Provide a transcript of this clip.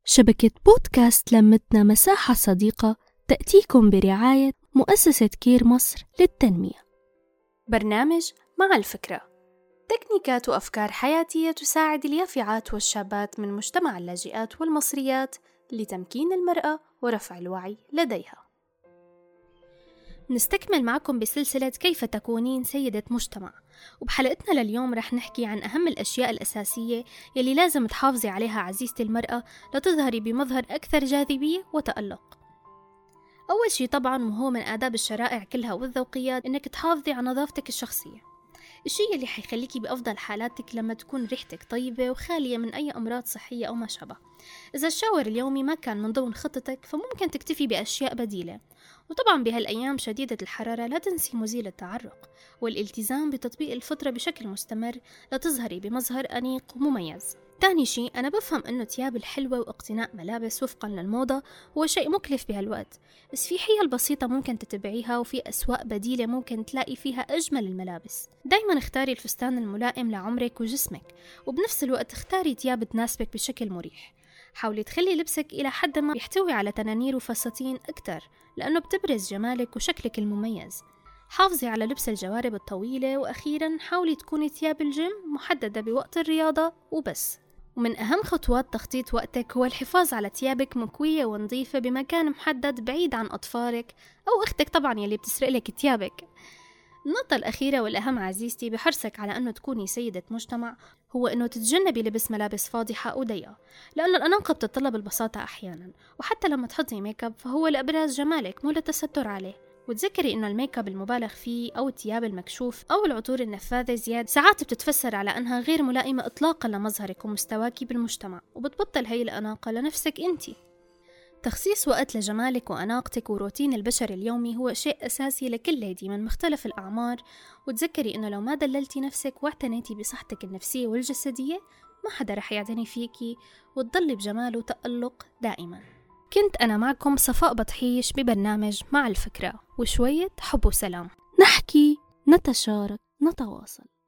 شبكة بودكاست لمتنا مساحة صديقة تأتيكم برعاية مؤسسة كير مصر للتنمية. برنامج مع الفكرة، تكنيكات وأفكار حياتية تساعد اليافعات والشابات من مجتمع اللاجئات والمصريات لتمكين المرأة ورفع الوعي لديها. نستكمل معكم بسلسلة كيف تكونين سيدة مجتمع، وبحلقتنا لليوم رح نحكي عن أهم الأشياء الأساسية يلي لازم تحافظي عليها عزيزتي المرأة لتظهري بمظهر أكثر جاذبية وتألق. أول شي طبعاً وهو من آداب الشرائع كلها والذوقيات إنك تحافظي على نظافتك الشخصية، الشيء اللي حيخليكي بأفضل حالاتك لما تكون ريحتك طيبة وخالية من أي أمراض صحية أو ما شابه. إذا الشاور اليومي ما كان من ضمن خطتك فممكن تكتفي بأشياء بديلة. وطبعا بهالأيام شديدة الحرارة لا تنسي مزيل التعرق والالتزام بتطبيق الفطرة بشكل مستمر لتظهري بمظهر أنيق ومميز. تاني شيء، أنا بفهم إنه تياب الحلوة واقتناء ملابس وفقا للموضة هو شيء مكلف بهالوقت، بس في حيل بسيطة ممكن تتبعيها وفي أسواق بديلة ممكن تلاقي فيها أجمل الملابس. دايما اختاري الفستان الملائم لعمرك وجسمك، وبنفس الوقت اختاري تياب تناسبك بشكل مريح. حاولي تخلي لبسك إلى حد ما يحتوي على تنانير وفساتين أكتر لأنه بتبرز جمالك وشكلك المميز. حافظي على لبس الجوارب الطويلة، وأخيرا حاولي تكوني تياب الجيم محددة بوقت الرياضة وبس. ومن أهم خطوات تخطيط وقتك هو الحفاظ على تيابك مكوية ونظيفة بمكان محدد بعيد عن أطفالك أو أختك طبعا يلي بتسرق لك تيابك. النقطة الأخيرة والأهم عزيزتي بحرصك على أنه تكوني سيدة مجتمع هو أنه تتجنبي لبس ملابس فاضحة أو ضيقة، لأنه الأناقة بتتطلب البساطة أحيانا، وحتى لما تحطي ميك اب فهو لإبراز جمالك مو للتستر عليه. وتذكري إنه الميك اب المبالغ فيه أو الثياب المكشوف أو العطور النفاذة زيادة ساعات بتتفسر على أنها غير ملائمة إطلاقا لمظهرك ومستواكي بالمجتمع، وبتبطل هي الأناقة لنفسك أنتي. تخصيص وقت لجمالك وأناقتك وروتين البشر اليومي هو شيء أساسي لكل ليدي من مختلف الأعمار. وتذكري إنه لو ما دللتي نفسك واعتنيتي بصحتك النفسية والجسدية ما حدا رح يعتني فيكي وتضلي بجمال وتألق دائما. كنت أنا معكم صفاء بطحيش ببرنامج مع الفكرة، وشوية حب وسلام. نحكي، نتشارك، نتواصل.